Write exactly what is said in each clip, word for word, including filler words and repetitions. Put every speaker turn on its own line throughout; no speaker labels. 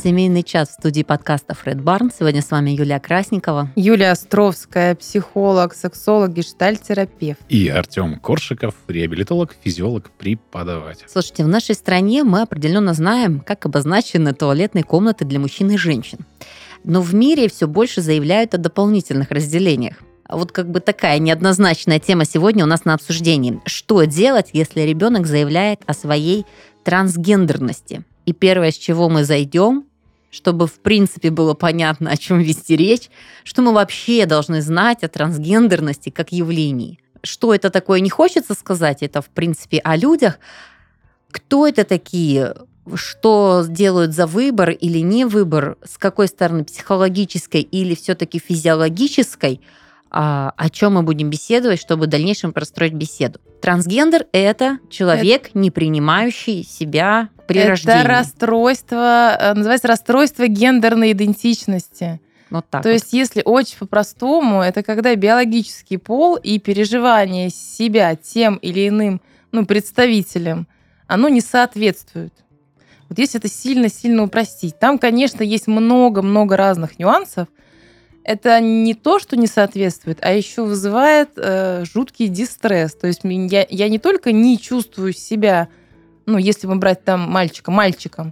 «Семейный час» в студии подкаста «Фред Барн». Сегодня с вами Юлия Красникова.
Юлия Островская, психолог, сексолог, гештальт-терапевт.
И Артем Коршиков, реабилитолог, физиолог, преподаватель.
Слушайте, в нашей стране мы определенно знаем, как обозначены туалетные комнаты для мужчин и женщин. Но в мире все больше заявляют о дополнительных разделениях. А вот как бы такая неоднозначная тема сегодня у нас на обсуждении. Что делать, если ребенок заявляет о своей трансгендерности? И первое, с чего мы зайдем, чтобы в принципе было понятно, о чем вести речь, что мы вообще должны знать о трансгендерности как явлении. Что это такое, не хочется сказать, это в принципе о людях. Кто это такие? Что делают за выбор или не выбор? С какой стороны, психологической или все-таки физиологической? О чем мы будем беседовать, чтобы в дальнейшем простроить беседу. Трансгендер – это человек, это... не принимающий себя при
это
рождении.
Это расстройство, называется расстройство гендерной идентичности.
Вот так
То
вот.
есть, если очень по-простому, это когда биологический пол и переживание себя тем или иным ну, представителем, оно не соответствует. Вот если это сильно-сильно упростить. Там, конечно, есть много-много разных нюансов. Это не то, что не соответствует, а еще вызывает э, жуткий дистресс. То есть я, я не только не чувствую себя, ну, если мы брать там мальчика, мальчиком,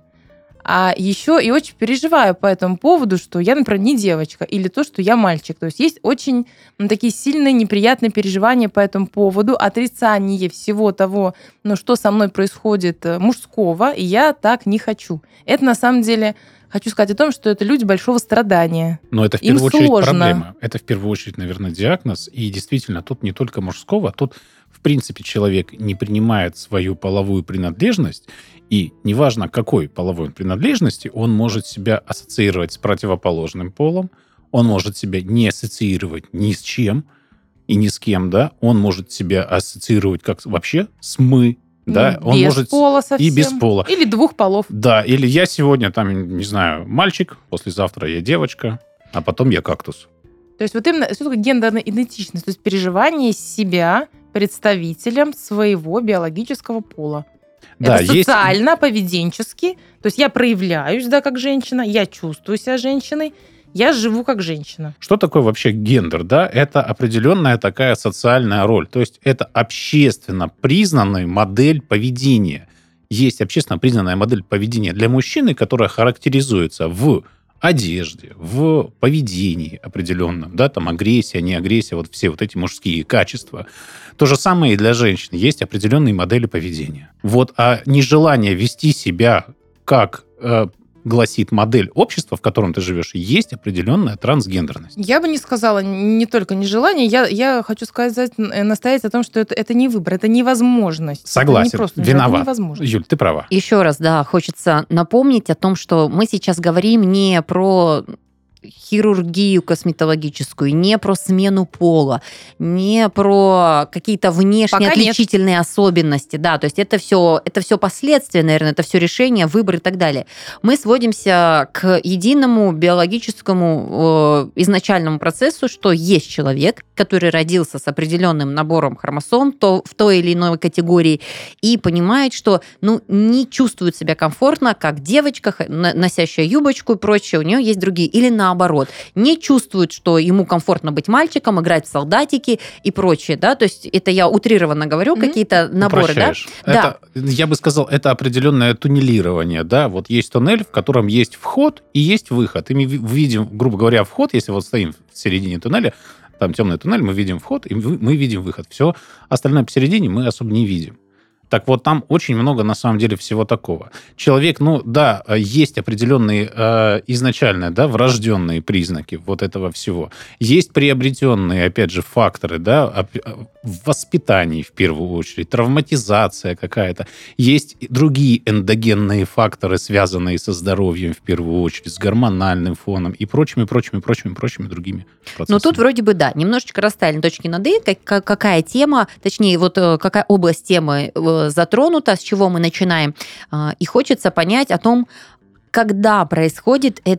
а еще и очень переживаю по этому поводу, что я, например, не девочка, или то, что я мальчик. То есть есть очень ну, такие сильные неприятные переживания по этому поводу, отрицание всего того, ну, что со мной происходит мужского, и я так не хочу. Это на самом деле... Хочу сказать о том, что это люди большого страдания.
Но это в первую
Им
очередь
сложно.
проблема. Это в первую очередь, наверное, диагноз. И действительно, тут не только мужского, тут, в принципе, человек не принимает свою половую принадлежность. И неважно, какой половой принадлежности, он может себя ассоциировать с противоположным полом, он может себя не ассоциировать ни с чем и ни с кем, да, он может себя ассоциировать как вообще с «мы», да,
без
он может
пола совсем.
И без пола.
Или двух полов.
Да, или я сегодня, там, не знаю, мальчик, послезавтра я девочка, а потом я кактус.
То есть вот именно, что такое гендерная идентичность? То есть переживание себя представителем своего биологического пола.
Да,
это
есть...
социально-поведенчески. То есть я проявляюсь, да, как женщина, я чувствую себя женщиной, я живу как женщина.
Что такое вообще гендер? Да, это определенная такая социальная роль. То есть это общественно признанная модель поведения. Есть общественно признанная модель поведения для мужчины, которая характеризуется в одежде, в поведении определенном, да, там агрессия, не агрессия, вот все вот эти мужские качества. То же самое и для женщин. Есть определенные модели поведения. Вот, а нежелание вести себя как... Э, гласит модель общества, в котором ты живешь, есть определенная трансгендерность.
Я бы не сказала не только нежелание, я, я хочу сказать, настоять о том, что это, это не выбор, это невозможность.
Согласен,
это не просто,
виноват.
Это невозможно.
Юль, ты права.
Еще раз, да, хочется напомнить о том, что мы сейчас говорим не про хирургию косметологическую, не про смену пола, не про какие-то внешние
Пока
отличительные нет. особенности. Да, то есть это все, это все последствия, наверное, это все решение, выбор и так далее. Мы сводимся к единому биологическому э, изначальному процессу, что есть человек, который родился с определенным набором хромосом то, в той или иной категории и понимает, что ну, не чувствует себя комфортно, как девочка, носящая юбочку и прочее, у нее есть другие. Или наоборот. Наоборот, не чувствует, что ему комфортно быть мальчиком, играть в солдатики и прочее, да, то есть это я утрированно говорю, mm-hmm. какие-то наборы, да?
Это,
да.
Я бы сказал, это определенное туннелирование, да, вот есть туннель, в котором есть вход и есть выход, и мы видим, грубо говоря, вход, если вот стоим в середине туннеля, там темный туннель, мы видим вход и мы видим выход, все остальное посередине мы особо не видим. Так вот, там очень много, на самом деле, всего такого. Человек, ну, да, есть определенные э, изначально, да, врожденные признаки вот этого всего. Есть приобретенные, опять же, факторы, да, в воспитании, в первую очередь, травматизация какая-то. Есть другие эндогенные факторы, связанные со здоровьем, в первую очередь, с гормональным фоном и прочими, прочими, прочими, прочими другими процессами.
Ну, тут вроде бы, да, немножечко расставили точки над «и», как, какая тема, точнее, вот какая область темы затронута, с чего мы начинаем. И хочется понять о том, когда происходит это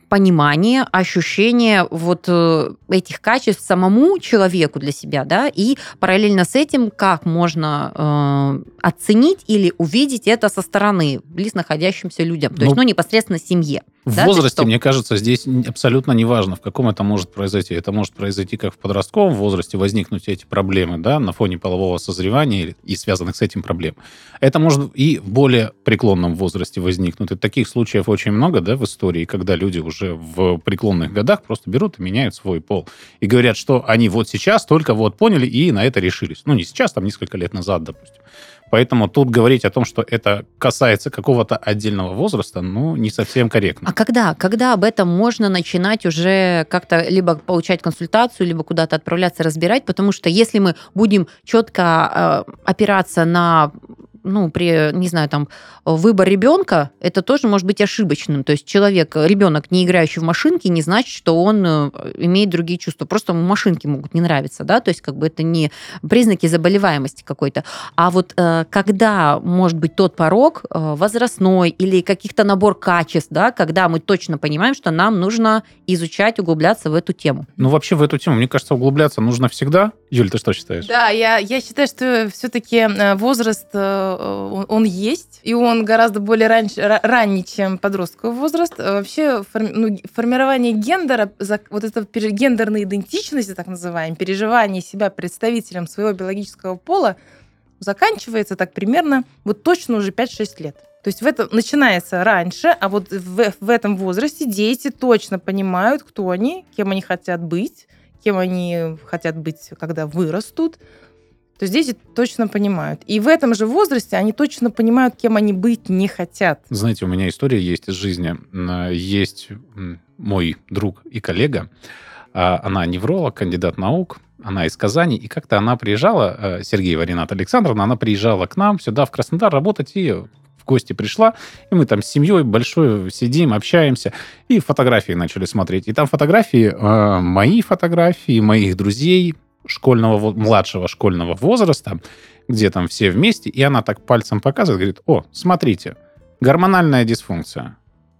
понимание, ощущение вот этих качеств самому человеку для себя, да, и параллельно с этим, как можно э, оценить или увидеть это со стороны близ находящимся людям, то ну, есть, ну, непосредственно семье.
В
да,
возрасте, мне кажется, здесь абсолютно неважно, в каком это может произойти. Это может произойти как в подростковом возрасте, возникнуть эти проблемы, да, на фоне полового созревания и связанных с этим проблем. Это может и в более преклонном возрасте возникнуть. И таких случаев очень много, да, в истории, когда люди уже в преклонных годах просто берут и меняют свой пол. И говорят, что они вот сейчас только вот поняли и на это решились. Ну, не сейчас, там несколько лет назад, допустим. Поэтому тут говорить о том, что это касается какого-то отдельного возраста, ну, не совсем корректно.
А когда? Когда об этом можно начинать уже как-то либо получать консультацию, либо куда-то отправляться, разбирать? Потому что если мы будем четко э, опираться на... ну, при, не знаю, там, выбор ребенка, это тоже может быть ошибочным. То есть человек, ребенок, не играющий в машинки, не значит, что он имеет другие чувства. Просто машинки могут не нравиться, да, то есть как бы это не признаки заболеваемости какой-то. А вот э, когда может быть тот порог э, возрастной или каких-то набор качеств, да, когда мы точно понимаем, что нам нужно изучать, углубляться в эту тему.
Ну, вообще в эту тему, мне кажется, углубляться нужно всегда. Юль, ты что считаешь?
Да, я, я считаю, что все-таки возраст он есть, и он гораздо более раньше, ранний, чем подростковый возраст. Вообще форми, ну, формирование гендера, вот это гендерная идентичность, так называемая, переживание себя представителем своего биологического пола, заканчивается так примерно вот точно уже пять-шесть лет. То есть в это начинается раньше, а вот в, в этом возрасте дети точно понимают, кто они, кем они хотят быть, кем они хотят быть, когда вырастут. То есть дети точно понимают. И в этом же возрасте они точно понимают, кем они быть не хотят.
Знаете, у меня история есть из жизни. Есть мой друг и коллега. Она невролог, кандидат наук. Она из Казани. И как-то она приезжала, Сергеева Рената Александровна, она приезжала к нам сюда, в Краснодар, работать. И в гости пришла. И мы там с семьей большой сидим, общаемся. И фотографии начали смотреть. И там фотографии, мои фотографии, моих друзей, школьного, младшего школьного возраста, где там все вместе, и она так пальцем показывает, говорит: о, смотрите, гормональная дисфункция.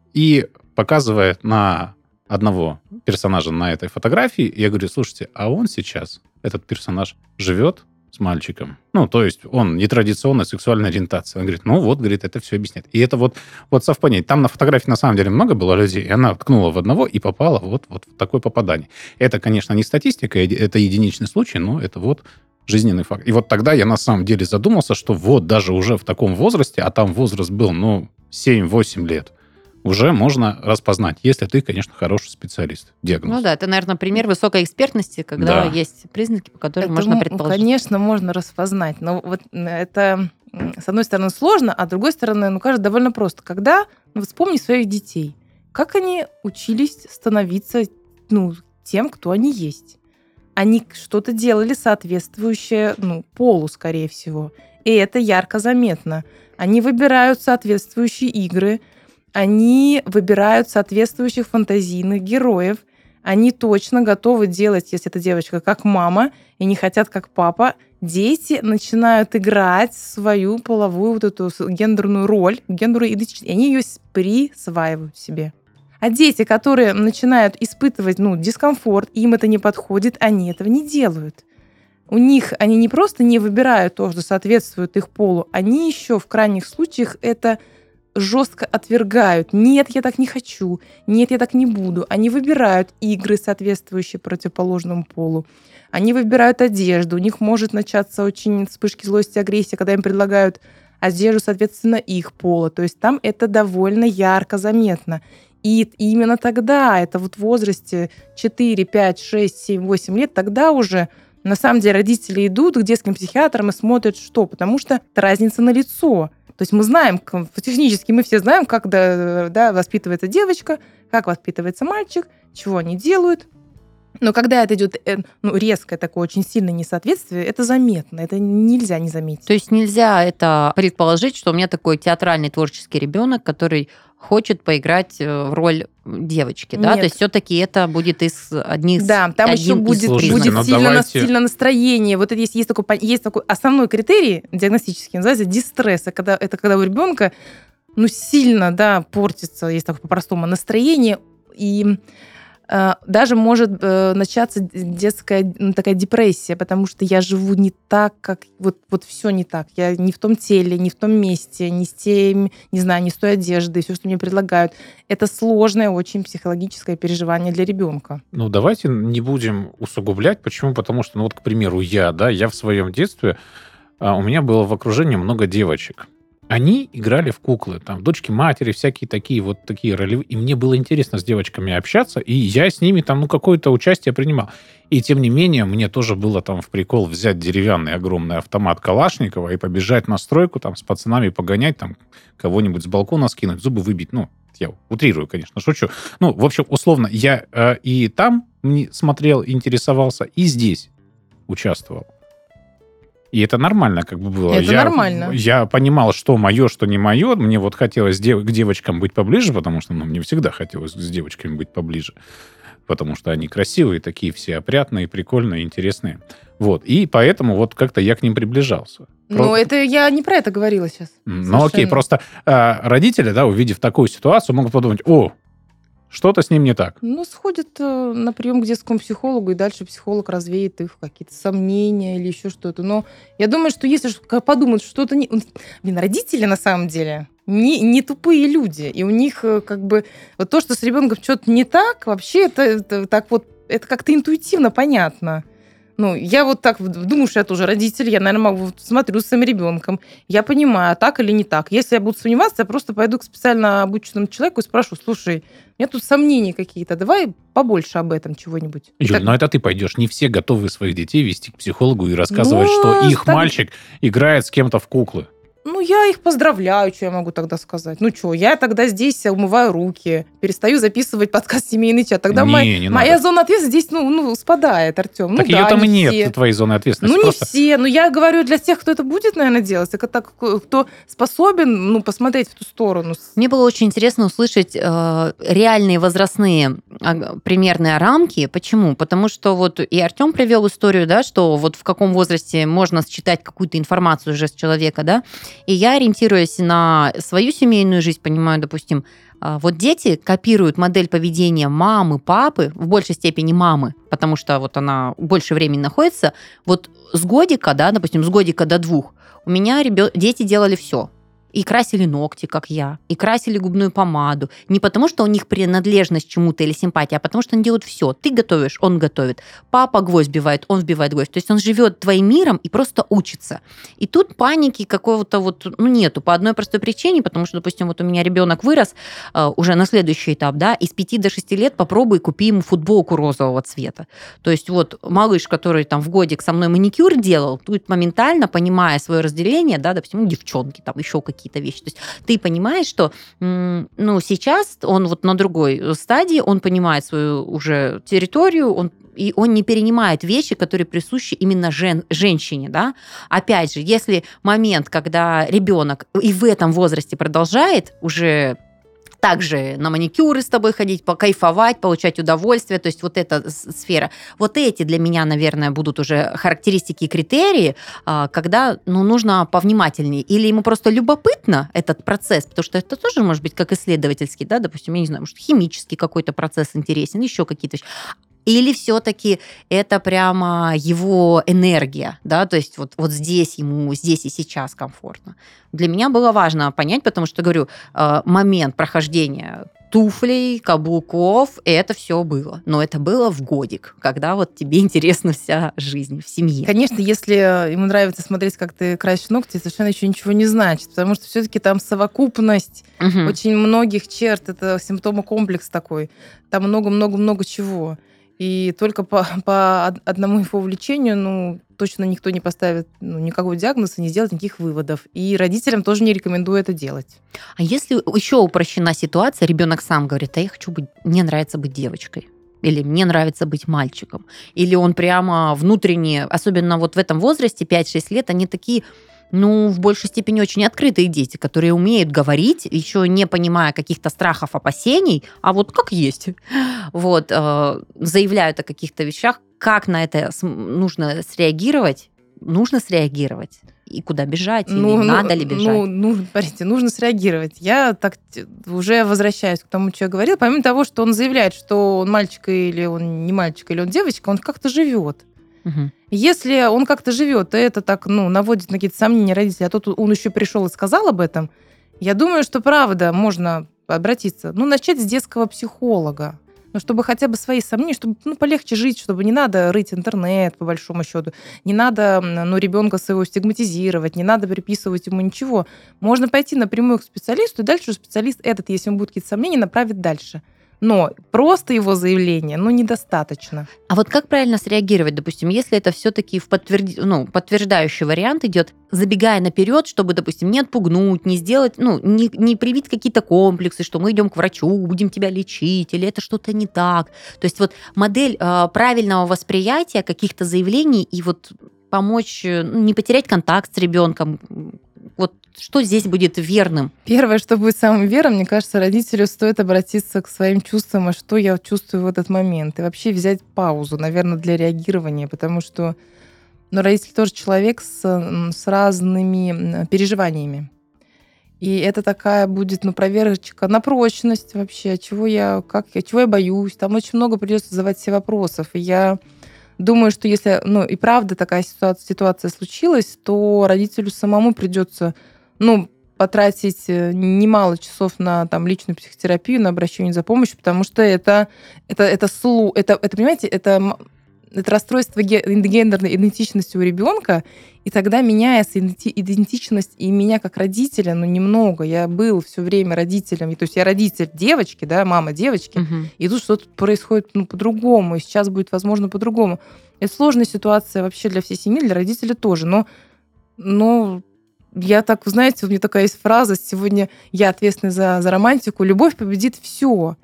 И показывает на одного персонажа на этой фотографии, и я говорю: слушайте, а он сейчас, этот персонаж, живет с мальчиком. Ну, то есть он нетрадиционной сексуальной ориентации. Он говорит: ну вот, говорит, это все объясняет. И это вот, вот совпадение. Там на фотографии на самом деле много было людей, и она ткнула в одного и попала вот, вот в такое попадание. Это, конечно, не статистика, это единичный случай, но это вот жизненный факт. И вот тогда я на самом деле задумался, что вот даже уже в таком возрасте, а там возраст был, ну, семь-восемь лет, уже можно распознать, если ты, конечно, хороший специалист. Диагноз.
Ну да, это, наверное, пример высокой экспертности, когда да. есть признаки, по которым
это,
можно предположить.
Конечно, можно распознать, но вот это, с одной стороны, сложно, а с другой стороны, ну, кажется, довольно просто. Когда, ну, вспомни своих детей, как они учились становиться, ну, тем, кто они есть. Они что-то делали соответствующее, ну, полу, скорее всего. И это ярко заметно. Они выбирают соответствующие игры, они выбирают соответствующих фантазийных героев. Они точно готовы делать, если эта девочка, как мама, и не хотят, как папа. Дети начинают играть свою половую вот эту гендерную роль, гендерную идентичность, и они ее присваивают себе. А дети, которые начинают испытывать, ну, дискомфорт, им это не подходит, они этого не делают. У них они не просто не выбирают то, что соответствует их полу, они еще в крайних случаях это жестко отвергают. Нет, я так не хочу. Нет, я так не буду. Они выбирают игры, соответствующие противоположному полу. Они выбирают одежду. У них может начаться очень вспышки злости, агрессии, когда им предлагают одежду, соответственно, их пола. То есть там это довольно ярко заметно. И именно тогда, это вот в возрасте четыре, пять, шесть, семь, восемь лет, тогда уже на самом деле родители идут к детским психиатрам и смотрят, что. Потому что разница налицо. То есть мы знаем, технически мы все знаем, как да, да, воспитывается девочка, как воспитывается мальчик, чего они делают. Но когда это идет ну, резкое такое очень сильное несоответствие, это заметно, это нельзя не заметить.
То есть нельзя это предположить, что у меня такой театральный творческий ребенок, который хочет поиграть в роль девочки, да?
Нет.
То есть все-таки это будет из одних...
Да, там еще будет,
Слушайте,
будет
ну
сильно,
давайте...
сильно настроение. Вот это есть, есть, такой, есть такой основной критерий диагностический, называется дистресс. Это когда, это когда у ребенка ну, сильно да, портится, есть такое по-простому, настроение, и э, даже может э, начаться детская ну, такая депрессия, потому что я живу не так, как вот, вот все не так. Я не в том теле, не в том месте, не с тем, не знаю, не с той одеждой, все, что мне предлагают. Это сложное очень психологическое переживание для ребенка.
Ну, давайте не будем усугублять. Почему? Потому что, ну вот, к примеру, я, да, я в своем детстве, а, у меня было в окружении много девочек. Они играли в куклы, там, дочки матери, всякие такие вот такие ролевые. И мне было интересно с девочками общаться, и я с ними там, ну, какое-то участие принимал. И тем не менее, мне тоже было там в прикол взять деревянный огромный автомат Калашникова и побежать на стройку там с пацанами погонять, там, кого-нибудь с балкона скинуть, зубы выбить. Ну, я утрирую, конечно, шучу. Ну, в общем, условно, я э, и там смотрел, интересовался, и здесь участвовал. И это нормально как бы было.
Это
я,
нормально.
Я понимал, что мое, что не мое. Мне вот хотелось дев- к девочкам быть поближе, потому что ну, мне всегда хотелось с девочками быть поближе. Потому что они красивые, такие все опрятные, прикольные, интересные. Вот. И поэтому вот как-то я к ним приближался.
Ну,
Про...
это я не про это говорила сейчас.
Ну,
Совершенно.
окей, просто э, родители, да, увидев такую ситуацию, могут подумать, о, что-то с ним не так.
Ну, сходят э, на прием к детскому психологу, и дальше психолог развеет их какие-то сомнения или еще что-то. Но я думаю, что если подумают, что что-то не... Блин, родители на самом деле не, не тупые люди. И у них э, как бы вот то, что с ребенком что-то не так, вообще это, это так вот, это как-то интуитивно понятно. Ну, я вот так думаю, что я тоже родитель, я, наверное, могу, смотрю с своим ребенком, я понимаю, так или не так. Если я буду сомневаться, я просто пойду к специально обученному человеку и спрошу, слушай, у меня тут сомнения какие-то, давай побольше об этом чего-нибудь.
Юль,
так...
но это ты пойдешь. Не все готовы своих детей вести к психологу и рассказывать,
ну,
что их
так...
мальчик играет с кем-то в куклы.
Ну, я их поздравляю, что я могу тогда сказать. Ну, что, я тогда здесь умываю руки, перестаю записывать подкаст «Семейный чат». Тогда
не,
моя,
не
моя
надо.
зона ответственности здесь, ну, ну спадает, Артем.
Так
ну,
ее
да,
там и нет,
все.
твоей зоны ответственности.
Ну, не
Просто...
все. Но я говорю для тех, кто это будет, наверное, делать. Это так, кто способен, ну, посмотреть в ту сторону.
Мне было очень интересно услышать э, реальные возрастные э, примерные рамки. Почему? Потому что вот и Артем привел историю, да, что вот в каком возрасте можно считать какую-то информацию уже с человека, да, и я ориентируюсь на свою семейную жизнь, понимаю, допустим, вот дети копируют модель поведения мамы, папы, в большей степени мамы, потому что вот она больше времени находится. Вот с годика, да, допустим, с годика до двух у меня ребё... дети делали все. И красили ногти, как я, и красили губную помаду. Не потому, что у них принадлежность чему-то или симпатия, а потому, что они делают все. Ты готовишь, он готовит. Папа гвоздь вбивает, он вбивает гвоздь. То есть он живет твоим миром и просто учится. И тут паники какого-то вот, ну, нету. По одной простой причине, потому что, допустим, вот у меня ребенок вырос э, уже на следующий этап, да, и с пяти до шести лет попробуй купи ему футболку розового цвета. То есть вот малыш, который там в годик со мной маникюр делал, тут моментально, понимая свое разделение, да, допустим, ну, девчонки, там еще какие какие-то вещи. То есть ты понимаешь, что ну, сейчас он вот на другой стадии, он понимает свою уже территорию, он и он не перенимает вещи, которые присущи именно жен, женщине, да. Опять же, если момент, когда ребенок и в этом возрасте продолжает уже также на маникюры с тобой ходить, покайфовать, получать удовольствие, то есть вот эта сфера. Вот эти для меня, наверное, будут уже характеристики и критерии, когда, ну, нужно повнимательнее. Или ему просто любопытно этот процесс, потому что это тоже может быть как исследовательский, да, допустим, я не знаю, может, химический какой-то процесс интересен, еще какие-то вещи. Или все-таки это прямо его энергия, да, то есть вот, вот здесь ему, здесь и сейчас комфортно. Для меня было важно понять, потому что, говорю, момент прохождения туфлей, каблуков, это все было. Но это было в годик, когда вот тебе интересна вся жизнь в семье.
Конечно, если ему нравится смотреть, как ты красишь ногти, совершенно еще ничего не значит, потому что все-таки там совокупность угу. очень многих черт, это симптомокомплекс такой, там много-много-много чего. И только по, по одному его увлечению, ну, точно никто не поставит ну, никакого диагноза, не сделает никаких выводов. И родителям тоже не рекомендую это делать.
А если еще упрощена ситуация, ребенок сам говорит, а я хочу быть, мне нравится быть девочкой. Или мне нравится быть мальчиком. Или он прямо внутренне, особенно вот в этом возрасте, пять-шесть лет, они такие... ну, в большей степени очень открытые дети, которые умеют говорить, еще не понимая каких-то страхов, опасений, а вот как есть. Вот, э, заявляют о каких-то вещах. Как на это нужно среагировать? Нужно среагировать. И куда бежать?
Ну,
или
ну,
надо ли бежать?
Ну, ну, смотрите, нужно среагировать. Я так уже возвращаюсь к тому, что я говорила. Помимо того, что он заявляет, что он мальчик или он не мальчик, или он девочка, он как-то живет.
Угу.
Если он как-то живет, то это так, ну, наводит на какие-то сомнения родителей, а тут он еще пришел и сказал об этом, я думаю, что правда можно обратиться. Ну, начать с детского психолога. Ну, чтобы хотя бы свои сомнения, чтобы ну, полегче жить, чтобы не надо рыть интернет, по большому счету, не надо ну, ребенка своего стигматизировать, не надо приписывать ему ничего. Можно пойти напрямую к специалисту, и дальше специалист этот, если ему будут какие-то сомнения, направит дальше. Но просто его заявление, ну, недостаточно.
А вот как правильно среагировать, допустим, если это все-таки в подтверди... ну, подтверждающий вариант идет, забегая наперед, чтобы, допустим, не отпугнуть, не сделать, ну, не, не привить какие-то комплексы, что мы идем к врачу, будем тебя лечить, или это что-то не так. То есть вот модель э, правильного восприятия каких-то заявлений и вот помочь ну, не потерять контакт с ребенком. Вот что здесь будет верным?
Первое, что будет самым верным, мне кажется, родителю стоит обратиться к своим чувствам, а что я чувствую в этот момент. И вообще взять паузу, наверное, для реагирования, потому что ну, родитель тоже человек с, с разными переживаниями. И это такая будет, ну, проверочка на прочность вообще, чего я, как я, чего я боюсь. Там очень много придется задавать себе вопросов. И я думаю, что если, ну, и правда такая ситуация, ситуация случилась, то родителю самому придется, ну, потратить немало часов на там, личную психотерапию, на обращение за помощью, потому что это, это, это, слу, это, это понимаете, это, это расстройство гендерной идентичности у ребенка, и тогда меняется идентичность и меня как родителя, ну, немного. Я был все время родителем, и, то есть я родитель девочки, да, мама девочки, угу. И тут что-то происходит ну, по-другому, и сейчас будет, возможно, по-другому. Это сложная ситуация вообще для всей семьи, для родителя тоже, но, но я так, знаете, у меня такая есть фраза, сегодня я ответственна за, за романтику, любовь победит все.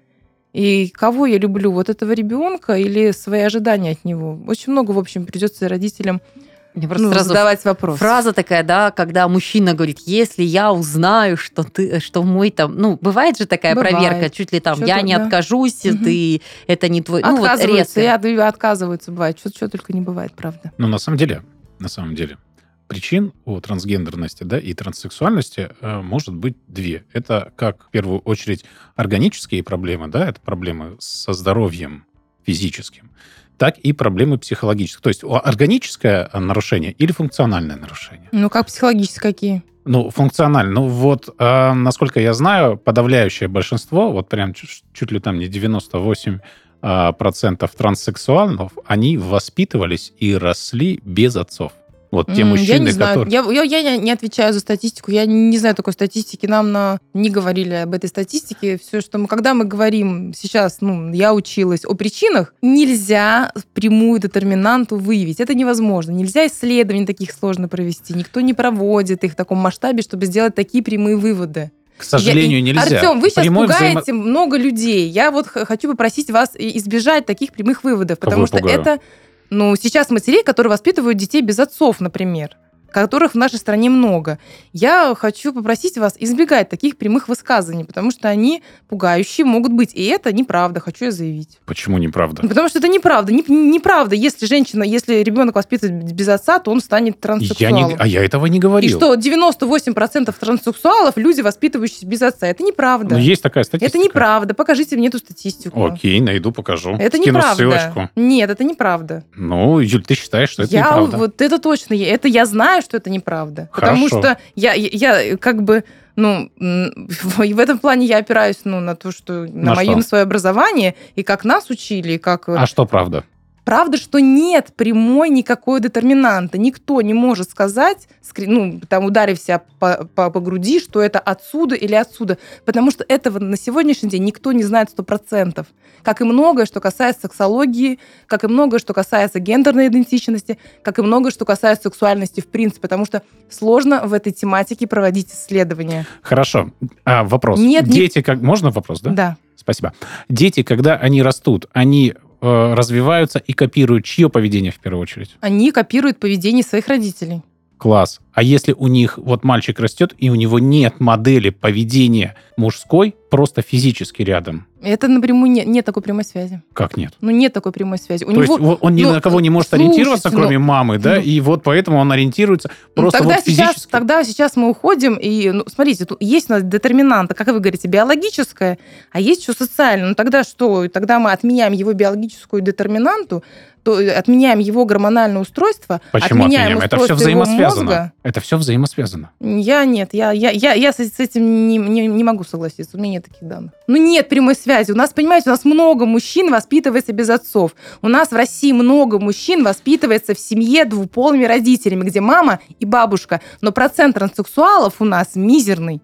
И кого я люблю, вот этого ребенка или свои ожидания от него? Очень много, в общем, придется родителям
Мне просто
ну,
сразу
задавать вопрос.
Фраза такая, да, когда мужчина говорит, если я узнаю, что ты, что мой там, ну, бывает же такая бывает. Проверка, чуть ли там, что-то, я не да. откажусь, угу. ты, это не твой, ну, вот резко.
Я, отказываются, бывает, что, что только не бывает, правда.
Ну, на самом деле, на самом деле, причин у трансгендерности, да, и транссексуальности э, может быть две. Это, как в первую очередь, органические проблемы, да, это проблемы со здоровьем физическим, так и проблемы психологические. То есть органическое нарушение или функциональное нарушение.
Ну, как психологические какие?
Ну, функционально. Ну, вот, э, насколько я знаю, подавляющее большинство, вот прям чуть, чуть ли там не девяносто восемь процентов транссексуалов, они воспитывались и росли без отцов. Вот те мужчины,
я не знаю.
которые...
Я, я, я не отвечаю за статистику. Я не знаю такой статистики. Нам на... не говорили об этой статистике. Все, что мы... Когда мы говорим сейчас, ну, я училась о причинах, нельзя прямую детерминанту выявить. Это невозможно. Нельзя исследований таких сложно провести. Никто не проводит их в таком масштабе, чтобы сделать такие прямые выводы.
К сожалению, я, нельзя.
Артем, вы сейчас
Прямой
пугаете
взаимо...
много людей. Я вот хочу попросить вас избежать таких прямых выводов, потому что
пугаю?
это... Ну, сейчас матерей, которые воспитывают детей без отцов, например, которых в нашей стране много. Я хочу попросить вас избегать таких прямых высказываний, потому что они пугающие могут быть. И это неправда, хочу я заявить.
Почему неправда?
Потому что это неправда. Не, неправда, если женщина, если ребенок воспитывает без отца, то он станет транссексуалом.
Я не, а я этого не говорил.
И что девяносто восемь процентов транссексуалов люди, воспитывающиеся без отца. Это неправда.
Но есть такая статистика.
Это неправда. Покажите мне эту статистику.
Окей, найду, покажу.
Это
Скину
неправда.
ссылочку.
Нет, это неправда.
Ну, Юль, ты считаешь, что это
я,
неправда?
Вот это точно. Это я знаю, что это неправда.
Хорошо.
Потому что я, я, я как бы, ну, в этом плане я опираюсь ну, на то, что на, на мое на свое образование, и как нас учили, и как...
А что правда?
Правда, что нет прямой никакой детерминанта. Никто не может сказать, ну, там, ударив себя по, по, по груди, что это отсюда или отсюда. Потому что этого на сегодняшний день никто не знает сто процентов. Как и многое, что касается сексологии, как и многое, что касается гендерной идентичности, как и многое, что касается сексуальности в принципе. Потому что сложно в этой тематике проводить исследования.
Хорошо. А, вопрос.
Нет,
Дети,
не...
как... Можно вопрос, да?
Да.
Спасибо. Дети, когда они растут, они... развиваются и копируют чье поведение в первую очередь?
Они копируют поведение своих родителей.
Класс. А если у них вот мальчик растет, и у него нет модели поведения мужской, просто физически рядом.
Это напрямую нет, нет такой прямой связи.
Как нет?
Ну, нет такой прямой связи. У
То
него,
есть он ни
ну,
на кого не может
слушайте,
ориентироваться, кроме
ну,
мамы, да,
ну,
и вот поэтому он ориентируется просто
тогда
вот
сейчас,
физически.
Тогда сейчас мы уходим, и, ну, смотрите, тут есть у нас детерминанта, как вы говорите, биологическая, а есть еще социальная. Ну, тогда что? Тогда мы отменяем его биологическую детерминанту, то отменяем его гормональное устройство,
Почему
отменяем
отменяем? Это все
устройство его
взаимосвязано.
мозга.
Это все взаимосвязано.
Я нет, я, я, я, я с с этим не, не, не могу согласиться, у меня нет таких данных. Ну, нет прямой связи. У нас, понимаете, у нас много мужчин воспитывается без отцов. У нас в России много мужчин воспитывается в семье двуполыми родителями, где мама и бабушка. Но процент транссексуалов у нас мизерный.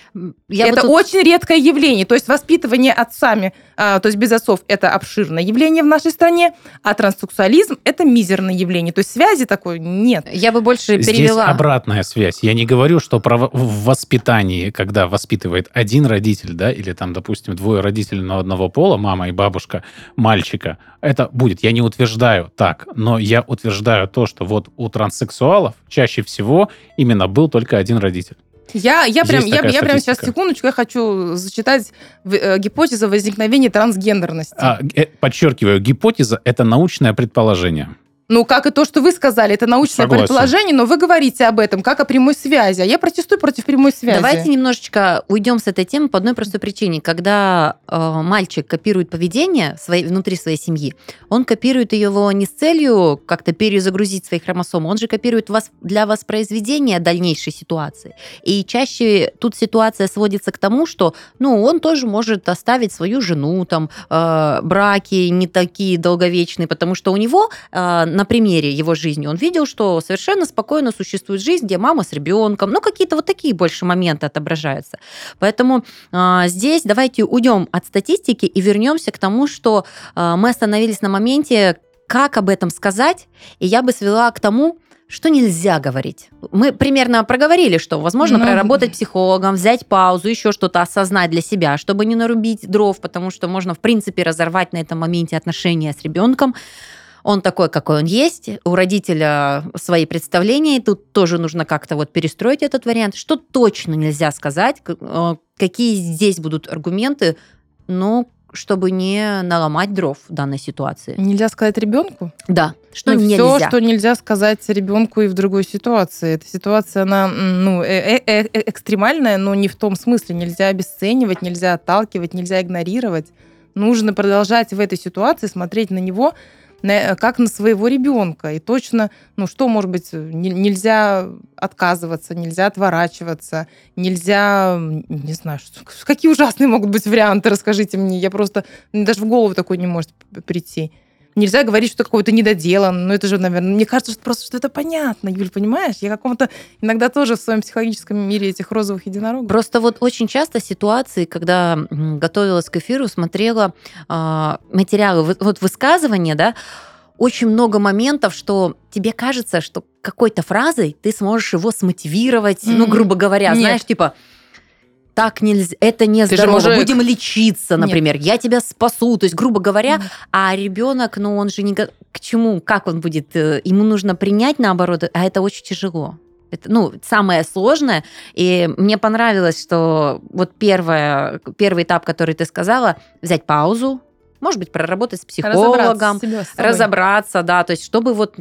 Я
это
тут...
очень редкое явление. То есть воспитывание отцами, а, то есть без отцов, это обширное явление в нашей стране, а транссексуализм – это мизерное явление. То есть связи такой нет.
Я бы больше
Здесь
перевела.
обратная связь. Я не говорю, что про в воспитании, когда воспитывает один родитель, да, или там, допустим, двое родителей на одного пола, мама и бабушка, мальчика, это будет. Я не утверждаю так, но я утверждаю то, что вот у транссексуалов чаще всего именно был только один родитель.
Я, я, прям, я, я прям сейчас,
статистика.
секундочку, я хочу зачитать э, гипотезу возникновения трансгендерности.
А, э, подчеркиваю, гипотеза – это научное предположение.
Ну, как и то, что вы сказали, это научное
Согласен.
предположение, но вы говорите об этом как о прямой связи, а я протестую против прямой связи.
Давайте немножечко уйдем с этой темы по одной простой причине. Когда э, мальчик копирует поведение своей, внутри своей семьи, он копирует его не с целью как-то перезагрузить свои хромосомы, он же копирует вас для воспроизведения дальнейшей ситуации. И чаще тут ситуация сводится к тому, что ну, он тоже может оставить свою жену, там, э, браки не такие долговечные, потому что у него э, на примере его жизни он видел, что совершенно спокойно существует жизнь, где мама с ребенком, ну, какие-то вот такие больше моменты отображаются. Поэтому э, здесь давайте уйдем от статистики и вернемся к тому, что э, мы остановились на моменте, как об этом сказать, и я бы свела к тому, что нельзя говорить. Мы примерно проговорили, что возможно ну, проработать психологом, взять паузу, еще что-то осознать для себя, чтобы не нарубить дров, потому что можно, в принципе, разорвать на этом моменте отношения с ребенком. Он такой, какой он есть, у родителя свои представления, и тут тоже нужно как-то вот перестроить этот вариант. Что точно нельзя сказать, какие здесь будут аргументы, ну, чтобы не наломать дров в данной ситуации.
Нельзя сказать ребенку?
Да. Что
ну,
нельзя?
Все, что нельзя сказать ребенку и в другой ситуации. Эта ситуация, она ну, э -э -э экстремальная, но не в том смысле. Нельзя обесценивать, нельзя отталкивать, нельзя игнорировать. Нужно продолжать в этой ситуации смотреть на него как на своего ребенка. И точно, ну что, может быть, нельзя отказываться, нельзя отворачиваться, нельзя, не знаю, что, какие ужасные могут быть варианты, расскажите мне. Я просто, даже в голову такой не может прийти. Нельзя говорить, что какой-то недоделан. Ну, это же, наверное, мне кажется, что просто что это понятно, Юль, понимаешь? Я каком-то иногда тоже в своем психологическом мире этих розовых единорогов.
Просто вот очень часто ситуации, когда готовилась к эфиру, смотрела э, материалы, вот высказывания, да, очень много моментов, что тебе кажется, что какой-то фразой ты сможешь его смотивировать, mm-hmm. ну, грубо говоря,
Нет.
знаешь, типа... Так нельзя, это не
Ты
здорово.
мужик.
Будем лечиться, например. Нет. Я тебя спасу. То есть, грубо говоря,
Нет.
а ребенок, ну, он же не к чему, как он будет? Ему нужно принять наоборот, а это очень тяжело. Это, ну, самое сложное. И мне понравилось, что вот первое, первый этап, который ты сказала, взять паузу, может быть, проработать с психологом,
разобраться, с
разобраться, да, то есть, чтобы вот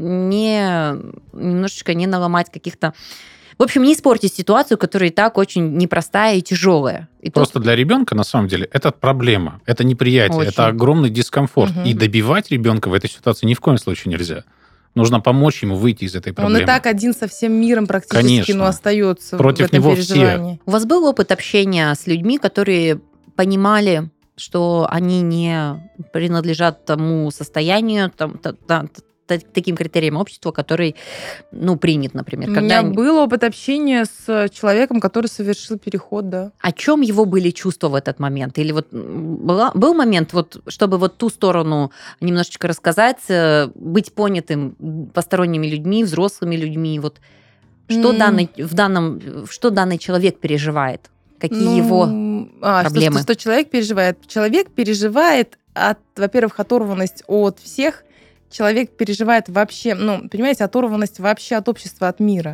не немножечко не наломать каких-то. В общем, не испортить ситуацию, которая и так очень непростая и тяжелая. И
Просто
тут...
для ребенка, на самом деле, это проблема, это неприятие,
очень.
Это огромный дискомфорт.
Угу.
И добивать ребенка в этой ситуации ни в коем случае нельзя. Нужно помочь ему выйти из этой проблемы.
Он и так один со всем миром практически,
Конечно.
но остается
Против
в этом
него
переживании.
все.
У вас был опыт общения с людьми, которые понимали, что они не принадлежат тому состоянию, там, та, та, таким критериям общества, который, ну, принят, например.
У
Когда...
меня был опыт общения с человеком, который совершил переход, да.
О чем его были чувства в этот момент? Или вот была, был момент, вот, чтобы вот ту сторону немножечко рассказать, быть понятым посторонними людьми, взрослыми людьми, вот что, mm. данный, в данном, что данный человек переживает? Какие ну, его
а,
проблемы?
Что, что, что человек переживает? Человек переживает, от, во-первых, оторванность от всех. Человек переживает вообще, ну, понимаете, оторванность вообще от общества, от мира.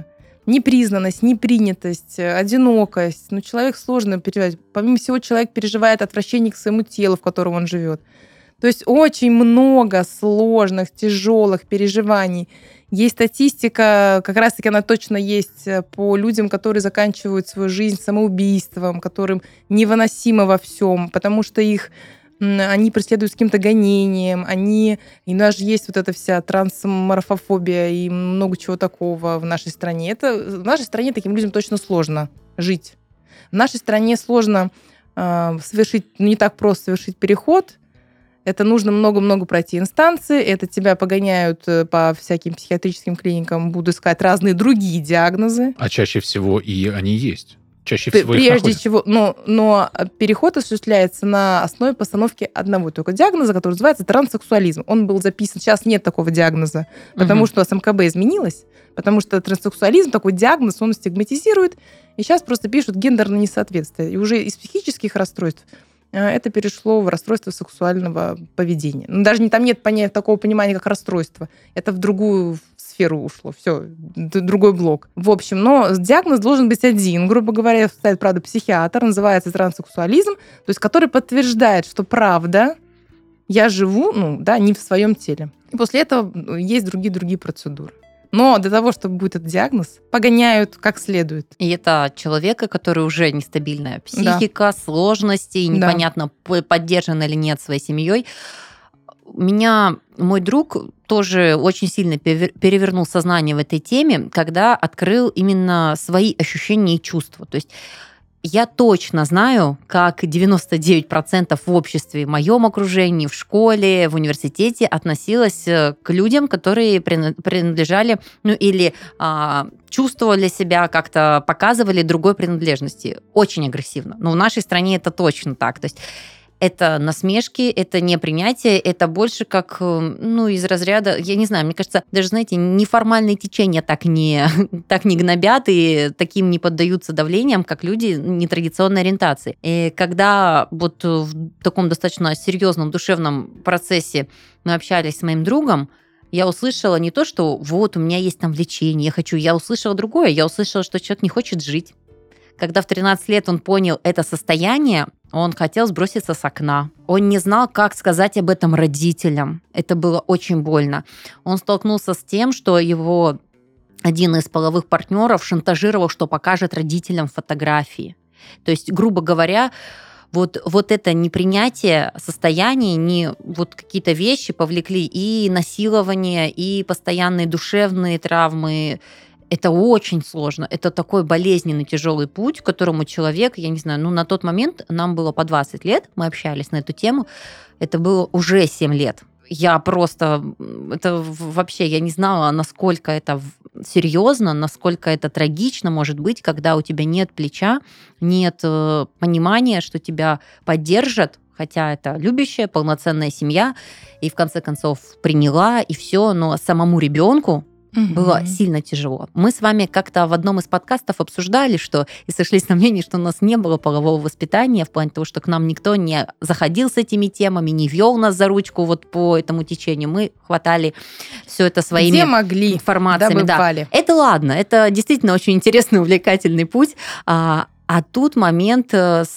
непризнанность, непринятость, одинокость. Ну, человек сложно переживает. Помимо всего, человек переживает отвращение к своему телу, в котором он живет. То есть очень много сложных, тяжелых переживаний. Есть статистика, как раз-таки она точно есть по людям, которые заканчивают свою жизнь самоубийством, которым невыносимо во всем, потому что их они преследуют с каким-то гонением, они... И у нас же есть вот эта вся трансморфофобия и много чего такого в нашей стране. Это, в нашей стране таким людям точно сложно жить. В нашей стране сложно э, совершить, не так просто совершить переход. Это нужно много-много пройти инстанции, это тебя погоняют по всяким психиатрическим клиникам, буду искать разные другие диагнозы.
А чаще всего и они есть. Чаще всего
Прежде
их находят.
чего, но, но переход осуществляется на основе постановки одного только диагноза, который называется транссексуализм. Он был записан, сейчас нет такого диагноза, потому угу. что эс эм ка бэ изменилось, потому что транссексуализм, такой диагноз, он стигматизирует, и сейчас просто пишут гендерное несоответствие. И уже из психических расстройств это перешло в расстройство сексуального поведения. Ну, даже не, там нет понятия, такого понимания, как расстройство. Это в другую сферу ушло. Все, другой блок. В общем, но диагноз должен быть один. Грубо говоря, ставит, правда, психиатр, называется транссексуализм, то есть который подтверждает, что правда я живу, ну, да, не в своем теле. И после этого есть другие-другие процедуры. Но для того, чтобы будет этот диагноз, погоняют как следует.
И это человека, который уже нестабильная психика, да. сложности, непонятно, да. поддержан или нет своей семьей. Меня мой друг тоже очень сильно перевернул сознание в этой теме, когда открыл именно свои ощущения и чувства. То есть я точно знаю, как девяносто девять процентов в обществе, в моем окружении, в школе, в университете относилось к людям, которые принадлежали, ну или а, чувствовали себя, как-то показывали другой принадлежности. Очень агрессивно. Но в нашей стране это точно так. То есть это насмешки, это непринятие, это больше как, ну, из разряда, я не знаю, мне кажется, даже, знаете, неформальные течения так не, так не гнобят и таким не поддаются давлениям, как люди нетрадиционной ориентации. И когда вот в таком достаточно серьезном душевном процессе мы общались с моим другом, я услышала не то, что вот у меня есть там влечение, я хочу, я услышала другое, я услышала, что человек не хочет жить. Когда в тринадцать лет он понял это состояние, он хотел сброситься с окна. Он не знал, как сказать об этом родителям. Это было очень больно. Он столкнулся с тем, что его один из половых партнеров шантажировал, что покажет родителям фотографии. То есть, грубо говоря, вот, вот это непринятие состояния, не вот какие-то вещи повлекли и насилование, и постоянные душевные травмы. Это очень сложно. Это такой болезненный, тяжелый путь, к которому человек, я не знаю, ну, на тот момент нам было по двадцать лет, мы общались на эту тему, это было уже семь лет. Я просто, это вообще, я не знала, насколько это серьезно, насколько это трагично может быть, когда у тебя нет плеча, нет понимания, что тебя поддержат, хотя это любящая, полноценная семья, и в конце концов приняла, и все, но самому ребенку Угу. было сильно тяжело. Мы с вами как-то в одном из подкастов обсуждали, что и сошлись на мнении, что у нас не было полового воспитания, в плане того, что к нам никто не заходил с этими темами, не вел нас за ручку вот по этому течению. Мы хватали все это своими
Где могли,
информациями. Да. Это ладно, это действительно очень интересный, увлекательный путь. А, а тут момент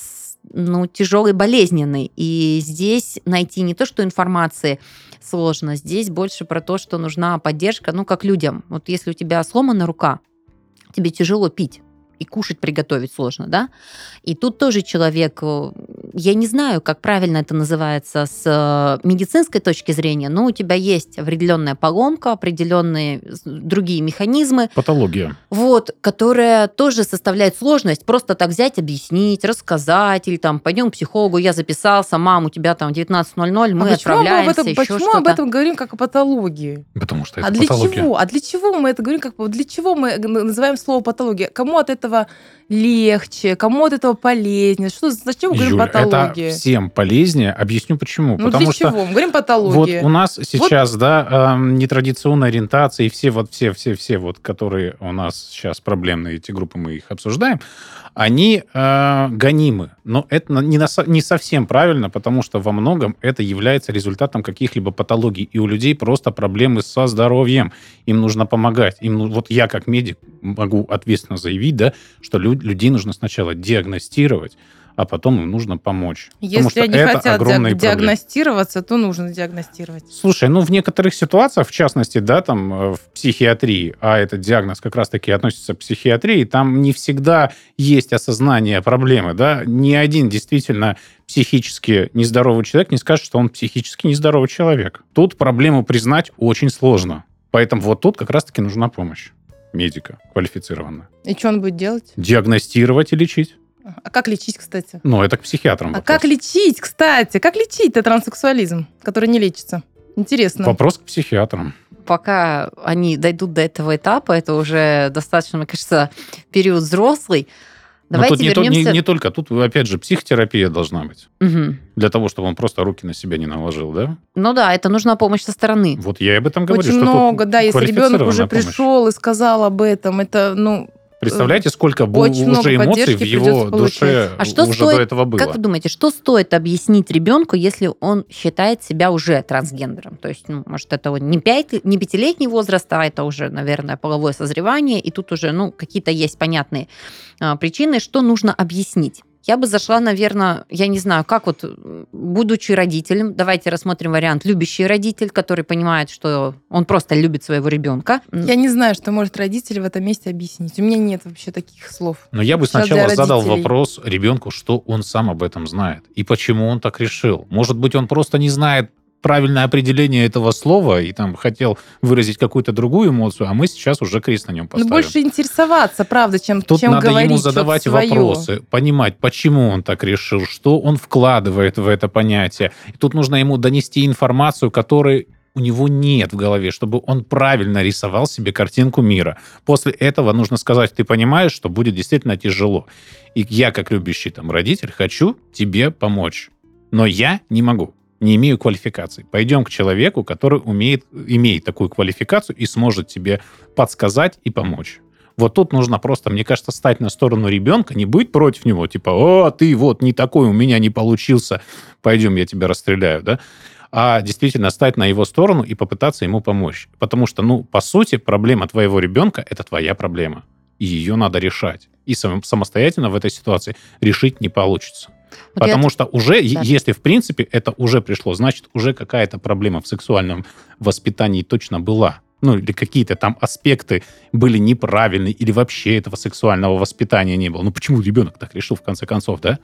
ну, тяжелый, болезненный. И здесь найти не то, что информации сложно, здесь больше про то, что нужна поддержка, ну, как людям. Вот если у тебя сломана рука, тебе тяжело пить, и кушать приготовить сложно, да? И тут тоже человек, я не знаю, как правильно это называется с медицинской точки зрения, но у тебя есть определенная поломка, определенные другие механизмы.
Патология.
Вот, которая тоже составляет сложность. Просто так взять, объяснить, рассказать, или там, пойдем к психологу, я записался, мам, у тебя там девятнадцать ноль ноль, мы а отправляемся,
мы этом,
еще
почему
что-то.
Почему об этом говорим как о патологии?
Потому что это
а для
патология.
Чего? А для чего мы это говорим? Как, для чего мы называем слово патология? Кому от этого легче, кому от этого полезнее? Что, зачем мы говорим
Юль,
патология? патология.
Это всем полезнее. Объясню почему.
Ну,
Потому
для
что
чего? Мы говорим патология.
вот у нас сейчас, вот. да, э, нетрадиционная ориентация, и все вот все, все, все вот, которые у нас сейчас проблемные, эти группы, мы их обсуждаем, они э, гонимы. Но это не, на, не совсем правильно, потому что во многом это является результатом каких-либо патологий. И у людей просто проблемы со здоровьем. Им нужно помогать. Им, вот я как медик могу ответственно заявить, да, что лю- людей нужно сначала диагностировать, а потом им нужно помочь.
Если они хотят диаг- диагностироваться, то нужно диагностировать.
Слушай, ну в некоторых ситуациях, в частности, да, там в психиатрии, а этот диагноз как раз-таки относится к психиатрии, там не всегда есть осознание проблемы, да. Ни один действительно психически нездоровый человек не скажет, что он психически нездоровый человек. Тут проблему признать очень сложно. Поэтому вот тут как раз-таки нужна помощь медика квалифицированная.
И что он будет делать?
Диагностировать и лечить.
А как лечить, кстати?
Ну, это к психиатрам
А
вопрос.
как лечить, кстати? Как лечить-то транссексуализм, который не лечится? Интересно.
Вопрос к психиатрам.
Пока они дойдут до этого этапа, это уже достаточно, мне кажется, период взрослый. Давайте
Но тут
вернемся...
не, не, не только, тут, опять же, психотерапия должна быть.
Угу.
Для того, чтобы он просто руки на себя не наложил, да?
Ну да, это нужна помощь со стороны.
Вот я и об этом говорю.
Очень
что
много, да, если ребенок уже
помощь.
пришел и сказал об этом, это, ну...
Представляете, сколько
Очень
уже эмоций в его душе
а что
уже
стоит,
до этого было?
Как вы думаете, что стоит объяснить ребенку, если он считает себя уже трансгендером? То есть, ну, может, это не, пять, не пятилетний возраст, а это уже, наверное, половое созревание, и тут уже ну, какие-то есть понятные а, причины, что нужно объяснить. Я бы зашла, наверное, я не знаю, как вот, будучи родителем, давайте рассмотрим вариант любящий родитель, который понимает, что он просто любит своего ребенка.
Я не знаю, что может родитель в этом месте объяснить. У меня нет вообще таких слов.
Но я бы сначала задал вопрос ребенку, что он сам об этом знает и почему он так решил. Может быть, он просто не знает правильное определение этого слова и там хотел выразить какую-то другую эмоцию, а мы сейчас уже крест на нем поставим.
Ну, больше интересоваться, правда, чем,
Тут
чем
надо
говорить
ему задавать вопросы, понимать, почему он так решил, что он вкладывает в это понятие. И тут нужно ему донести информацию, которой у него нет в голове, чтобы он правильно рисовал себе картинку мира. После этого нужно сказать, ты понимаешь, что будет действительно тяжело. И я, как любящий там родитель, хочу тебе помочь. Но я не могу. Не имею квалификации. Пойдем к человеку, который умеет, имеет такую квалификацию и сможет тебе подсказать и помочь. Вот тут нужно просто, мне кажется, стать на сторону ребенка, не быть против него, типа, о, ты вот не такой, у меня не получился, пойдем, я тебя расстреляю, да? А действительно стать на его сторону и попытаться ему помочь. Потому что, ну, по сути, проблема твоего ребенка – это твоя проблема. И ее надо решать. И самостоятельно в этой ситуации решить не получится. Вот Потому я... что уже, да. если в принципе это уже пришло, значит, уже какая-то проблема в сексуальном воспитании точно была. Ну, или какие-то там аспекты были неправильные, или вообще этого сексуального воспитания не было. Ну, почему ребенок так решил, в конце концов, да?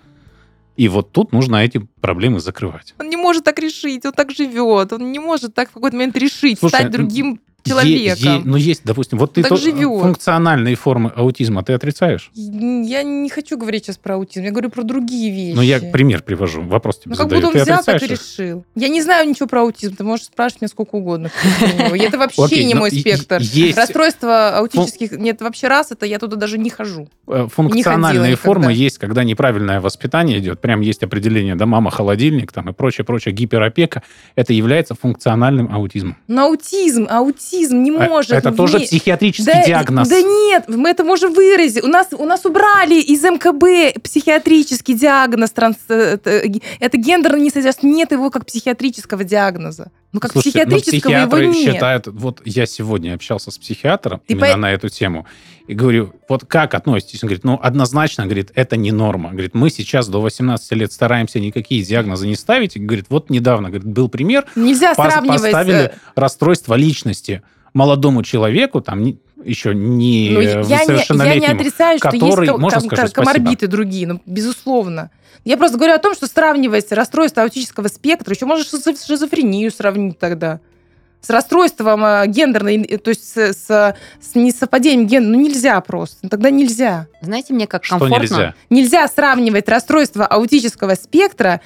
И вот тут нужно эти проблемы закрывать.
Он не может так решить, он так живет, он не может так в какой-то момент решить,
Слушай,
стать другим человеком.
Е- е- ну, есть, допустим, вот ты
так
то,
живет.
Функциональные формы аутизма ты отрицаешь?
Я не хочу говорить сейчас про аутизм, я говорю про другие вещи.
Ну, я пример привожу, вопрос тебе
ну,
задаю.
Как будто он
ты
взял, так и
их?
решил. Я не знаю ничего про аутизм, ты можешь спрашивать меня сколько угодно. Это вообще
Окей,
не мой спектр.
Есть...
Расстройства аутических нет вообще раз, это я туда даже не хожу.
Функциональные формы есть, когда неправильное воспитание идет, прям есть определение, да, мама-холодильник там и прочее, прочее, гиперопека, это является функциональным аутизмом.
Но аутизм, аутизм не может...
Это тоже психиатрический
да,
диагноз.
Да нет, мы это можем выразить. У нас, у нас убрали из эм ка бэ психиатрический диагноз. Транс, это, это гендерный несоответствие. Нет его как психиатрического диагноза. Ну, как
Слушайте,
психиатрического его нет.
Считают, вот я сегодня общался с психиатром Ты именно
по...
на эту тему, и говорю, вот как относитесь? Он говорит, ну, однозначно, говорит, это не норма. Говорит, мы сейчас до восемнадцати лет стараемся никакие диагнозы не ставить. И говорит, вот недавно, говорит, был пример.
Нельзя сравнивать...
Поставили расстройство личности молодому человеку, там, еще не
ну, я
совершеннолетнему,
не, я не отрицаю, что
который,
есть
можно
ком-
скажу,
коморбиты другие, ну, безусловно. Я просто говорю о том, что сравнивать расстройство аутического спектра, еще можно шизофрению сравнить тогда. С расстройством гендерной, то есть с, с, с несовпадением гендера, ну нельзя просто, ну, тогда нельзя.
Знаете, мне как
что
комфортно.
Нельзя?
Нельзя сравнивать расстройство аутического спектра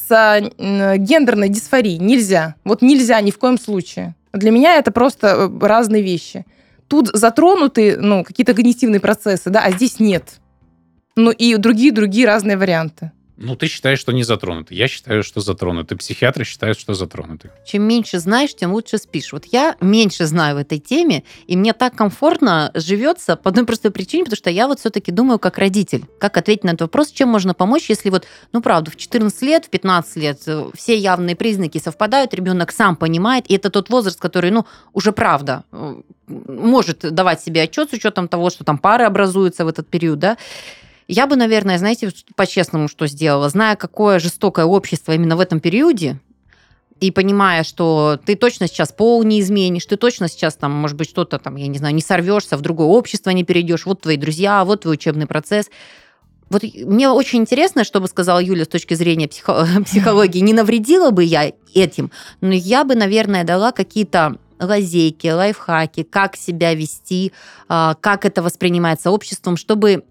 с гендерной дисфорией, нельзя. Вот нельзя ни в коем случае. Для меня это просто разные вещи. Тут затронуты ну, какие-то когнитивные процессы, да, а здесь нет. Ну и другие-другие разные варианты.
Ну, ты считаешь, что не затронуты. Я считаю, что затронуты. Психиатры считают, что затронуты.
Чем меньше знаешь, тем лучше спишь. Вот я меньше знаю в этой теме, и мне так комфортно живется по одной простой причине, потому что я вот все-таки думаю как родитель. Как ответить на этот вопрос, чем можно помочь, если вот, ну, правда, в четырнадцать лет, в пятнадцать лет все явные признаки совпадают, ребенок сам понимает, и это тот возраст, который, ну, уже правда может давать себе отчет с учетом того, что там пары образуются в этот период, да. Я бы, наверное, знаете, по-честному что сделала, зная, какое жестокое общество именно в этом периоде, и понимая, что ты точно сейчас пол не изменишь, ты точно сейчас там, может быть, что-то там, я не знаю, не сорвешься, в другое общество не перейдешь, вот твои друзья, вот твой учебный процесс. Вот мне очень интересно, что бы сказала Юля с точки зрения психо- психологии, не навредила бы я этим, но я бы, наверное, дала какие-то лазейки, лайфхаки, как себя вести, как это воспринимается обществом, чтобы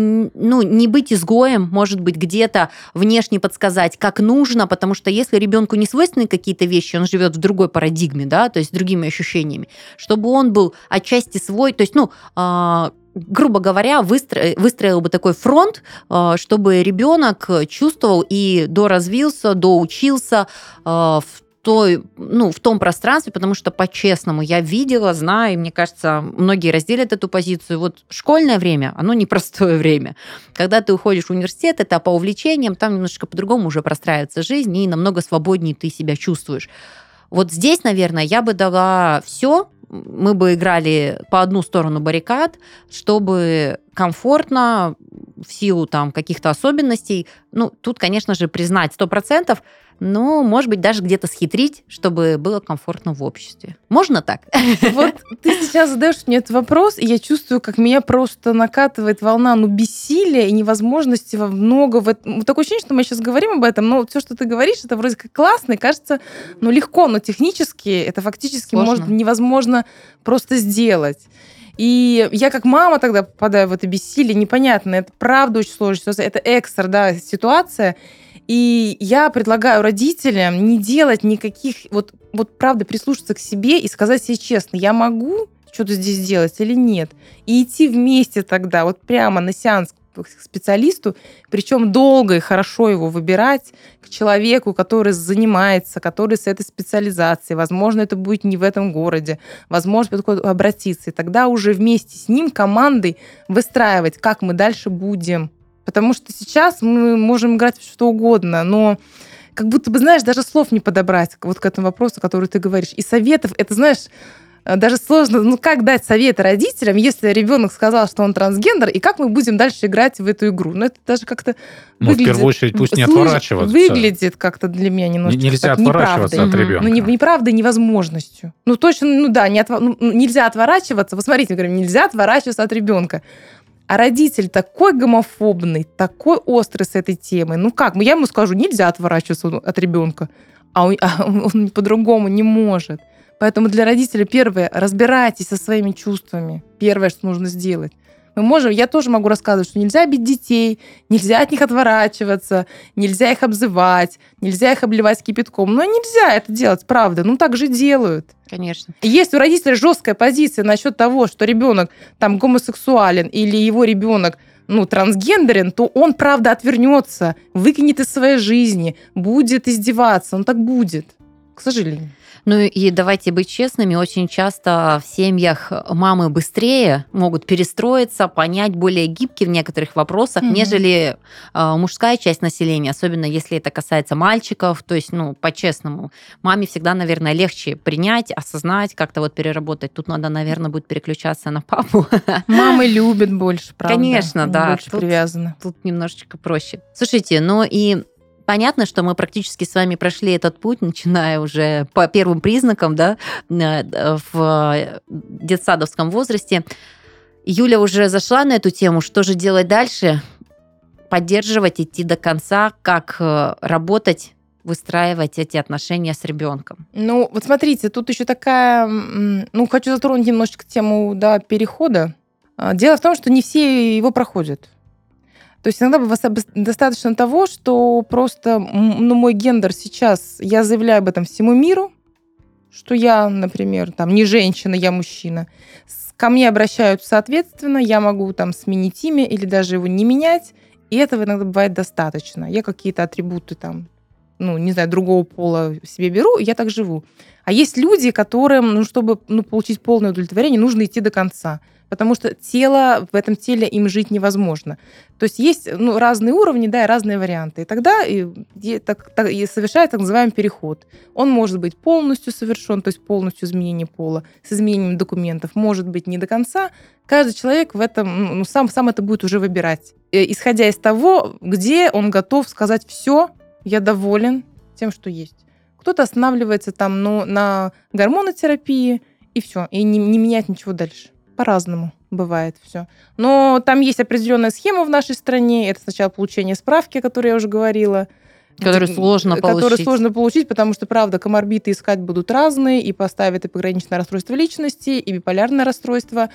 ну, не быть изгоем, может быть, где-то внешне подсказать, как нужно, потому что если ребенку не свойственны какие-то вещи, он живет в другой парадигме, да, то есть с другими ощущениями, чтобы он был отчасти свой, то есть, ну, э, грубо говоря, выстро... выстроил бы такой фронт, э, чтобы ребенок чувствовал и доразвился, доучился э, в той, ну, в том пространстве, потому что, по-честному, я видела, знаю, и мне кажется, многие разделят эту позицию. Вот школьное время, оно непростое время. Когда ты уходишь в университет, это по увлечениям, там немножечко по-другому уже простраивается жизнь, и намного свободнее ты себя чувствуешь. Вот здесь, наверное, я бы дала все, мы бы играли по одну сторону баррикад, чтобы комфортно, в силу там каких-то особенностей, ну, тут, конечно же, признать сто процентов, но, может быть, даже где-то схитрить, чтобы было комфортно в обществе. Можно так?
Вот ты сейчас задаешь мне этот вопрос, и я чувствую, как меня просто накатывает волна, ну, бессилия и невозможности во много... В этом. Такое ощущение, что мы сейчас говорим об этом, но все, что ты говоришь, это вроде как классно, и кажется, ну, легко, но технически это фактически
Сложно.
Может невозможно просто сделать. И я как мама тогда попадаю в это бессилие, непонятно, это правда очень сложная ситуация, это экстра, да, ситуация. И я предлагаю родителям не делать никаких, вот, вот правда прислушаться к себе и сказать себе честно, я могу что-то здесь сделать или нет. И идти вместе тогда, вот прямо на сеанс к специалисту, причем долго и хорошо его выбирать, к человеку, который занимается, который с этой специализацией. Возможно, это будет не в этом городе, возможно, обратиться. И тогда уже вместе с ним, командой, выстраивать, как мы дальше будем. Потому что сейчас мы можем играть в что угодно, но как будто бы, знаешь, даже слов не подобрать вот к этому вопросу, который ты говоришь. И советов, это, знаешь, даже сложно, ну как дать советы родителям, если ребенок сказал, что он трансгендер, и как мы будем дальше играть в эту игру? Ну это даже как-то
ну,
выглядит...
в первую очередь пусть не
служ...
отворачиваться.
Выглядит как-то для меня немножко
нельзя
так
отворачиваться
неправдой.
от ребенка.
Ну не, неправдой, невозможностью. Ну точно, ну да, не отв... ну, нельзя отворачиваться. Вы смотрите, мы говорим, нельзя отворачиваться от ребенка. А родитель такой гомофобный, такой острый с этой темой. Ну как? Я ему скажу, нельзя отворачиваться от ребенка, а он, а он по-другому не может. Поэтому для родителей первое, разбирайтесь со своими чувствами. Первое, что нужно сделать. Мы можем, я тоже могу рассказывать, что нельзя бить детей, нельзя от них отворачиваться, нельзя их обзывать, нельзя их обливать кипятком. Но нельзя это делать, правда. Ну так же делают.
Конечно.
И если у родителей жесткая позиция насчет того, что ребенок там гомосексуален или его ребенок ну, трансгендерен, то он, правда, отвернется, выкинет из своей жизни, будет издеваться. Он так будет, к сожалению.
Ну и давайте быть честными, очень часто в семьях мамы быстрее могут перестроиться, понять, более гибки в некоторых вопросах, mm-hmm. нежели э, мужская часть населения, особенно если это касается мальчиков. То есть, ну, по-честному, маме всегда, наверное, легче принять, осознать, как-то вот переработать. Тут надо, наверное, будет переключаться на папу.
Мамы любят больше, правда?
Конечно,
Они
да.
больше
тут,
привязаны.
Тут немножечко проще. Слушайте, ну и... Понятно, что мы практически с вами прошли этот путь, начиная уже по первым признакам, да, в детсадовском возрасте. Юля уже зашла на эту тему. Что же делать дальше? Поддерживать, идти до конца, как работать, выстраивать эти отношения с ребенком.
Ну, вот смотрите, тут еще такая... Ну, хочу затронуть немножечко тему, да, перехода. Дело в том, что не все его проходят. То есть иногда достаточно того, что просто ну, мой гендер сейчас, я заявляю об этом всему миру, что я, например, там, не женщина, я мужчина. Ко мне обращаются соответственно, я могу там сменить имя или даже его не менять. И этого иногда бывает достаточно. Я какие-то атрибуты там, ну, не знаю, другого пола себе беру, и я так живу. А есть люди, которым, ну, чтобы ну, получить полное удовлетворение, нужно идти до конца. Потому что тело, в этом теле им жить невозможно. То есть есть ну, разные уровни, да, и разные варианты. И тогда и, и, так, так, и совершается так называемый переход. Он может быть полностью совершен, то есть полностью изменение пола, с изменением документов, может быть не до конца. Каждый человек в этом, ну, сам, сам это будет уже выбирать. И, исходя из того, где он готов сказать «все, я доволен тем, что есть». Кто-то останавливается там ну, на гормонотерапии, и все, и не, не меняет ничего дальше. По-разному бывает все. Но там есть определенная схема в нашей стране. Это сначала получение справки, о которой я уже говорила.
Которую сложно получить.
Которую сложно получить, потому что, правда, коморбиды искать будут разные, и поставят и пограничное расстройство личности, и биполярное расстройство,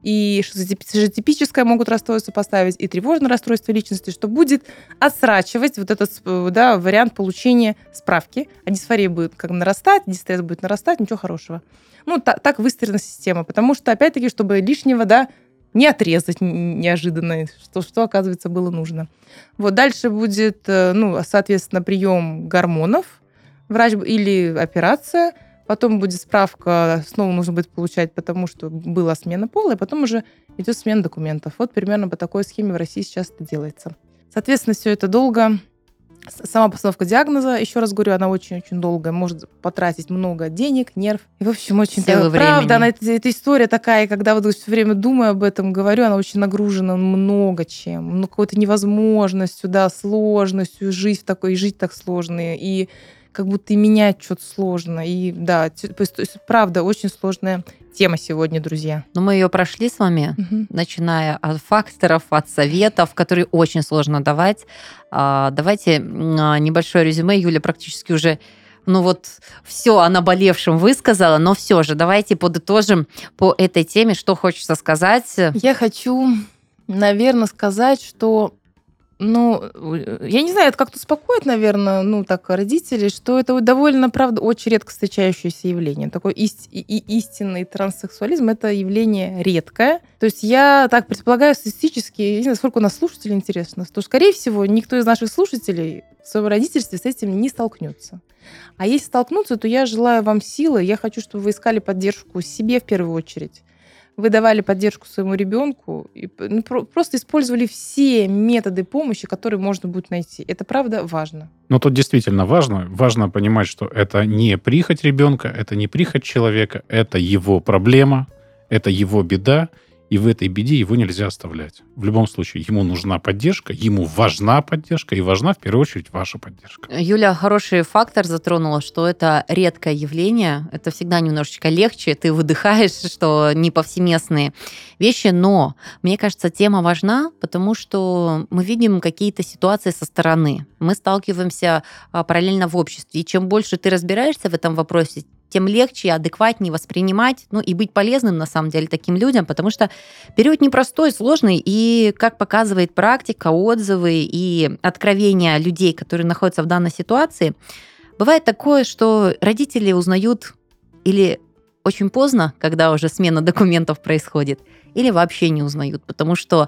и шизотипическое могут расстройство поставить, и тревожное расстройство личности, что будет отсрачивать вот этот да, вариант получения справки. А дисфория будет как нарастать, дистресс будет нарастать, ничего хорошего. Ну, так, так выстроена система, потому что, опять-таки, чтобы лишнего, да, не отрезать неожиданно, что, что, оказывается, было нужно. Вот дальше будет, ну, соответственно, прием гормонов, врач или операция, потом будет справка, снова нужно будет получать, потому что была смена пола, и потом уже идет смена документов. Вот примерно по такой схеме в России сейчас это делается. Соответственно, все это долго. Сама постановка диагноза, еще раз говорю, она очень-очень долгая, может потратить много денег, нерв. И, в общем, очень...
Силы
правда, она,
времени.
эта, эта история такая, когда вот все время думаю об этом, говорю, она очень нагружена много чем. Ну, какой-то невозможностью, да, сложностью, жить в такой, жить так сложно, и как будто и менять что-то сложно. И да, то есть, правда, очень сложная тема сегодня, друзья.
Но мы ее прошли с вами, угу. начиная от факторов, от советов, которые очень сложно давать. Давайте небольшое резюме. Юля практически уже, ну вот, все о наболевшем высказала, но все же давайте подытожим по этой теме, что хочется сказать.
Я хочу, наверное, сказать, что ну, я не знаю, это как-то успокоит, наверное, ну, так, родителей, что это довольно, правда, очень редко встречающееся явление. Такой ист- и истинный транссексуализм – это явление редкое. То есть я так предполагаю статистически, я не знаю, сколько у нас слушателей, интересно, что, скорее всего, никто из наших слушателей в своем родительстве с этим не столкнется. А если столкнуться, то я желаю вам силы, я хочу, чтобы вы искали поддержку себе в первую очередь. Вы давали поддержку своему ребенку и ну, просто использовали все методы помощи, которые можно будет найти. Это правда важно.
Ну, тут действительно важно. Важно понимать, что это не прихоть ребенка, это не прихоть человека, это его проблема, это его беда, и в этой беде его нельзя оставлять. В любом случае, ему нужна поддержка, ему важна поддержка, и важна, в первую очередь, ваша поддержка.
Юля хороший фактор затронула, что это редкое явление, это всегда немножечко легче, ты выдыхаешь, что не повсеместные вещи, но, мне кажется, тема важна, потому что мы видим какие-то ситуации со стороны, мы сталкиваемся параллельно в обществе, и чем больше ты разбираешься в этом вопросе, тем легче и адекватнее воспринимать, ну и быть полезным, на самом деле, таким людям, потому что период непростой, сложный, и, как показывает практика, отзывы и откровения людей, которые находятся в данной ситуации, бывает такое, что родители узнают или очень поздно, когда уже смена документов происходит, или вообще не узнают, потому что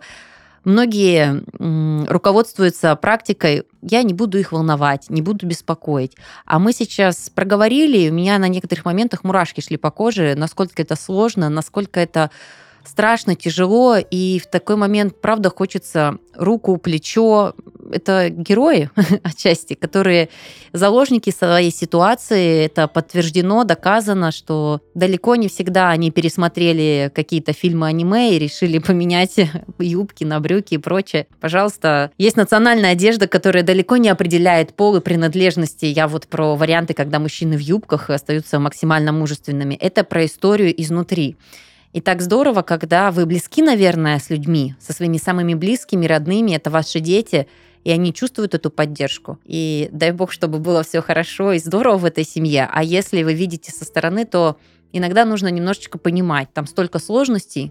многие м, руководствуются практикой «я не буду их волновать, не буду беспокоить». А мы сейчас проговорили, и у меня на некоторых моментах мурашки шли по коже, насколько это сложно, насколько это страшно, тяжело, и в такой момент, правда, хочется руку, плечо. Это герои отчасти, которые заложники своей ситуации. Это подтверждено, доказано, что далеко не всегда они пересмотрели какие-то фильмы аниме и решили поменять юбки на брюки и прочее. Пожалуйста, есть национальная одежда, которая далеко не определяет пол и принадлежности. Я вот про варианты, когда мужчины в юбках остаются максимально мужественными. Это про историю изнутри. И так здорово, когда вы близки, наверное, с людьми, со своими самыми близкими, родными, это ваши дети, и они чувствуют эту поддержку. И дай бог, чтобы было все хорошо и здорово в этой семье. А если вы видите со стороны, то иногда нужно немножечко понимать, там столько сложностей,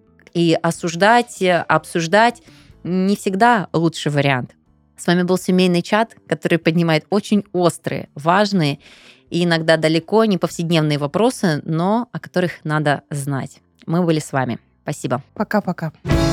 и осуждать, обсуждать не всегда лучший вариант. С вами был семейный чат, который поднимает очень острые, важные и иногда далеко не повседневные вопросы, но о которых надо знать. Мы были с вами. Спасибо.
Пока-пока.